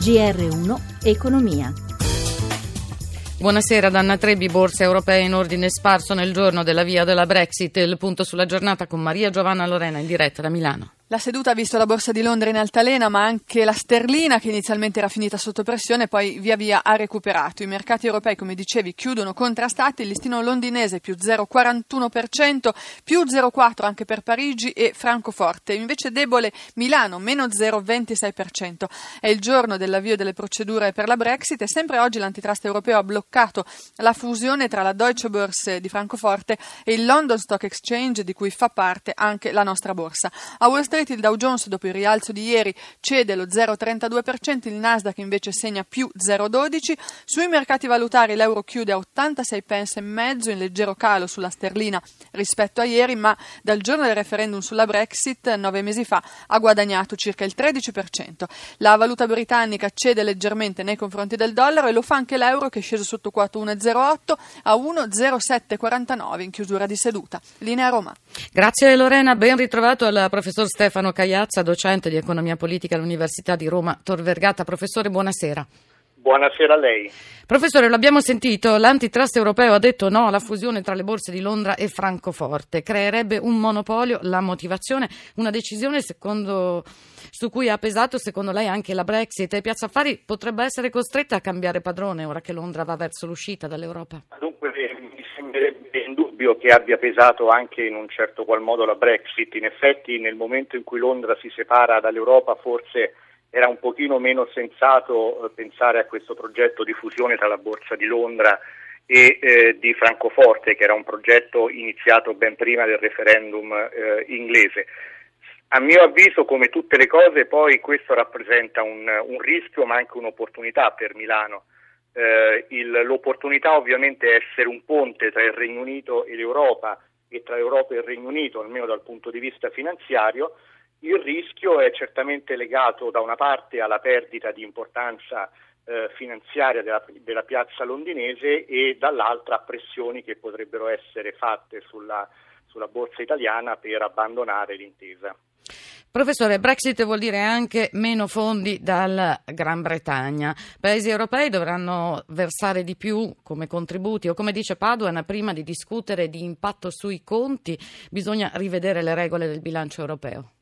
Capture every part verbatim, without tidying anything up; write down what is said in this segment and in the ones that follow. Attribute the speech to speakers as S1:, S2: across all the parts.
S1: G R uno Economia.
S2: Buonasera, da Anna Trebbi. Borse europee in ordine sparso nel giorno della via della Brexit. Il punto sulla giornata con Maria Giovanna Lorena in diretta da Milano.
S3: La seduta ha visto la borsa di Londra in altalena, ma anche la sterlina, che inizialmente era finita sotto pressione, poi via via ha recuperato. I mercati europei, come dicevi, chiudono contrastati. Il listino londinese più zero virgola quarantuno per cento, più zero virgola quattro per cento anche per Parigi e Francoforte. Invece debole Milano, meno zero virgola ventisei per cento. È il giorno dell'avvio delle procedure per la Brexit e sempre oggi l'antitrust europeo ha bloccato la fusione tra la Deutsche Börse di Francoforte e il London Stock Exchange, di cui fa parte anche la nostra borsa. A Wall Street il Dow Jones, dopo il rialzo di ieri, cede lo zero virgola trentadue per cento, il Nasdaq invece segna più zero virgola dodici per cento. Sui mercati valutari l'euro chiude a ottantasei pence e mezzo, in leggero calo sulla sterlina rispetto a ieri, ma dal giorno del referendum sulla Brexit, nove mesi fa, ha guadagnato circa il tredici per cento. La valuta britannica cede leggermente nei confronti del dollaro e lo fa anche l'euro, che è sceso sotto quota uno virgola zero otto a uno virgola zero sette quarantanove in chiusura di seduta. Linea Roma.
S2: Grazie Lorena, ben ritrovato al professor Stefano Cagliazza, docente di economia politica all'Università di Roma Tor Vergata. Professore, buonasera.
S4: Buonasera a lei.
S2: Professore, lo abbiamo sentito, l'antitrust europeo ha detto no alla fusione tra le borse di Londra e Francoforte, creerebbe un monopolio. La motivazione, una decisione secondo, su cui ha pesato secondo lei anche la Brexit, e Piazza Affari potrebbe essere costretta a cambiare padrone ora che Londra va verso l'uscita dall'Europa?
S4: Dunque mi sembrerebbe indubbio che abbia pesato anche in un certo qual modo la Brexit. In effetti nel momento in cui Londra si separa dall'Europa forse era un pochino meno sensato eh, pensare a questo progetto di fusione tra la Borsa di Londra e eh, di Francoforte, che era un progetto iniziato ben prima del referendum eh, inglese. A mio avviso, come tutte le cose, poi questo rappresenta un, un rischio ma anche un'opportunità per Milano. Eh, il, l'opportunità ovviamente è essere un ponte tra il Regno Unito e l'Europa e tra l'Europa e il Regno Unito, almeno dal punto di vista finanziario. Il rischio è certamente legato da una parte alla perdita di importanza eh, finanziaria della, della piazza londinese e dall'altra a pressioni che potrebbero essere fatte sulla, sulla borsa italiana per abbandonare l'intesa.
S2: Professore, Brexit vuol dire anche meno fondi dalla Gran Bretagna. Paesi europei dovranno versare di più come contributi o, come dice Padoan, prima di discutere di impatto sui conti bisogna rivedere le regole del bilancio europeo.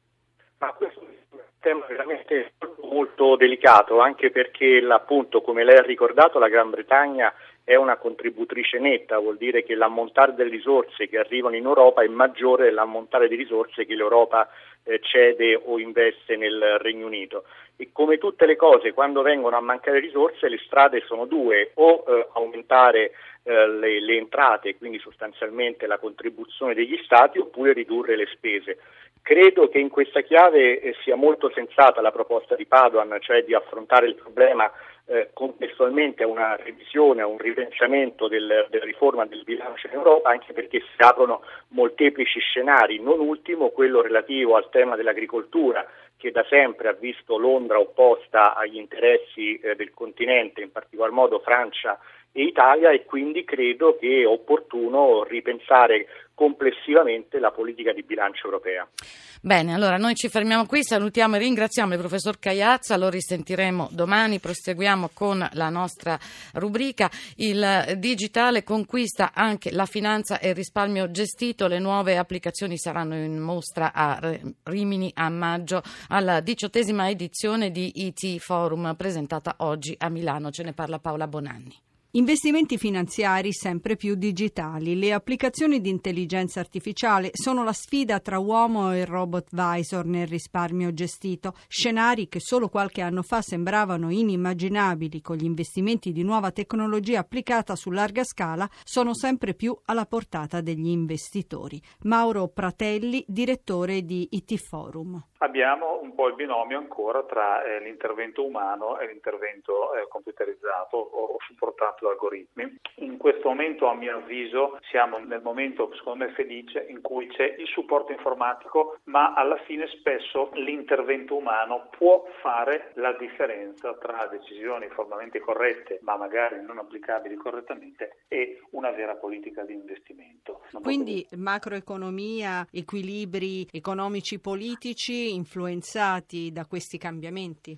S4: Ma questo è un tema veramente molto delicato, anche perché appunto, come lei ha ricordato, la Gran Bretagna è una contributrice netta, vuol dire che l'ammontare delle risorse che arrivano in Europa è maggiore dell'ammontare di risorse che l'Europa eh, cede o investe nel Regno Unito. E come tutte le cose, quando vengono a mancare risorse, le strade sono due: o eh, aumentare eh, le, le entrate, quindi sostanzialmente la contribuzione degli Stati, oppure ridurre le spese. Credo che in questa chiave eh, sia molto sensata la proposta di Padoan, cioè di affrontare il problema eh, contestualmente a una revisione, a un ripensamento del, della riforma del bilancio in Europa, anche perché si aprono molteplici scenari, non ultimo quello relativo al tema dell'agricoltura, che da sempre ha visto Londra opposta agli interessi eh, del continente, in particolar modo Francia e Italia, e quindi credo che è opportuno ripensare complessivamente la politica di bilancio europea.
S2: Bene, allora noi ci fermiamo qui, salutiamo e ringraziamo il professor Cagliazza, lo risentiremo domani, proseguiamo con la nostra rubrica. Il digitale conquista anche la finanza e il risparmio gestito, le nuove applicazioni saranno in mostra a Rimini a maggio alla diciottesima edizione di I T Forum presentata oggi a Milano, ce ne parla Paola Bonanni.
S5: Investimenti finanziari sempre più digitali. Le applicazioni di intelligenza artificiale sono la sfida tra uomo e robot visor nel risparmio gestito. Scenari che solo qualche anno fa sembravano inimmaginabili con gli investimenti di nuova tecnologia applicata su larga scala sono sempre più alla portata degli investitori. Mauro Pratelli, direttore di I T Forum.
S6: Abbiamo un po' il binomio ancora tra eh, l'intervento umano e l'intervento eh, computerizzato o, o supportato da algoritmi. In questo momento, a mio avviso, siamo nel momento, secondo me, felice in cui c'è il supporto informatico, ma alla fine spesso l'intervento umano può fare la differenza tra decisioni formalmente corrette, ma magari non applicabili correttamente, e una vera politica di investimento. Non
S5: Quindi macroeconomia, equilibri economici politici influenzati da questi cambiamenti?
S6: Sì, in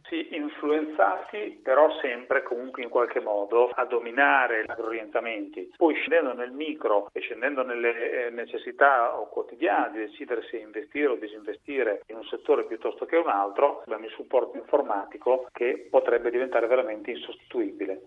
S6: influenzati però sempre comunque in qualche modo a dominare gli orientamenti. Poi scendendo nel micro e scendendo nelle eh, necessità quotidiane di decidere se investire o disinvestire in un settore piuttosto che un altro, abbiamo il supporto informatico che potrebbe diventare veramente insostituibile.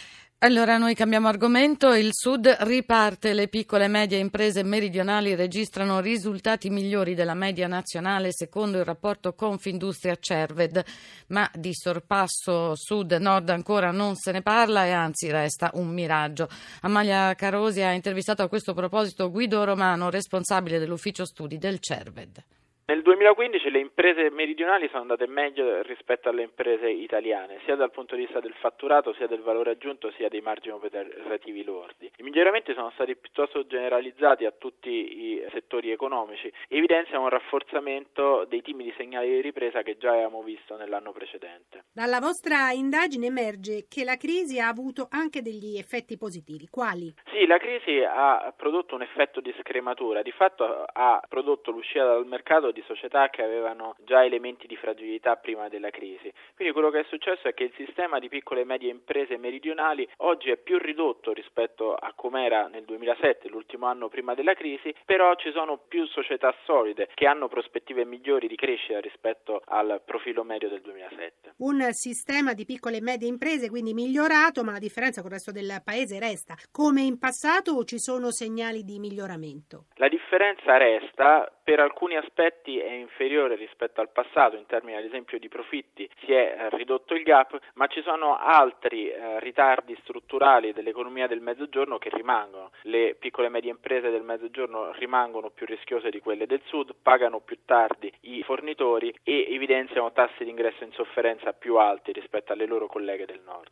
S2: Allora noi cambiamo argomento, il Sud riparte, le piccole e medie imprese meridionali registrano risultati migliori della media nazionale secondo il rapporto Confindustria Cerved, ma di sorpasso Sud-Nord ancora non se ne parla e anzi resta un miraggio. Amalia Carosi ha intervistato a questo proposito Guido Romano, responsabile dell'ufficio studi del Cerved.
S7: Nel duemilaquindici le imprese meridionali sono andate meglio rispetto alle imprese italiane, sia dal punto di vista del fatturato, sia del valore aggiunto, sia dei margini operativi lordi. I miglioramenti sono stati piuttosto generalizzati a tutti i settori economici, evidenziano un rafforzamento dei timidi segnali di ripresa che già avevamo visto nell'anno precedente.
S8: Dalla vostra indagine emerge che la crisi ha avuto anche degli effetti positivi. Quali?
S7: Sì, la crisi ha prodotto un effetto di scrematura, di fatto ha prodotto l'uscita dal mercato di società che avevano già elementi di fragilità prima della crisi. Quindi quello che è successo è che il sistema di piccole e medie imprese meridionali oggi è più ridotto rispetto a com'era nel duemilasette, l'ultimo anno prima della crisi, però ci sono più società solide che hanno prospettive migliori di crescita rispetto al profilo medio del duemilasette.
S8: Un sistema di piccole e medie imprese quindi migliorato, ma la differenza con il resto del paese resta. Come in passato o ci sono segnali di miglioramento?
S7: La differenza resta, per alcuni aspetti è inferiore rispetto al passato, in termini ad esempio di profitti si è eh, ridotto il gap, ma ci sono altri eh, ritardi strutturali dell'economia del Mezzogiorno che rimangono. Le piccole e medie imprese del Mezzogiorno rimangono più rischiose di quelle del Sud, pagano più tardi i fornitori e evidenziano tassi di ingresso in sofferenza più alti rispetto alle loro colleghe del Nord.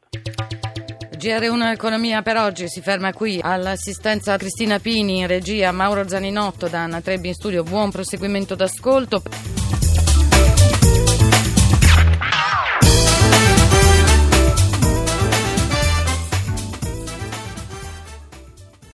S2: G R uno Economia per oggi si ferma qui. All'assistenza Cristina Pini, in regia Mauro Zaninotto, da Anna Trebbi in studio. Buon proseguimento d'ascolto.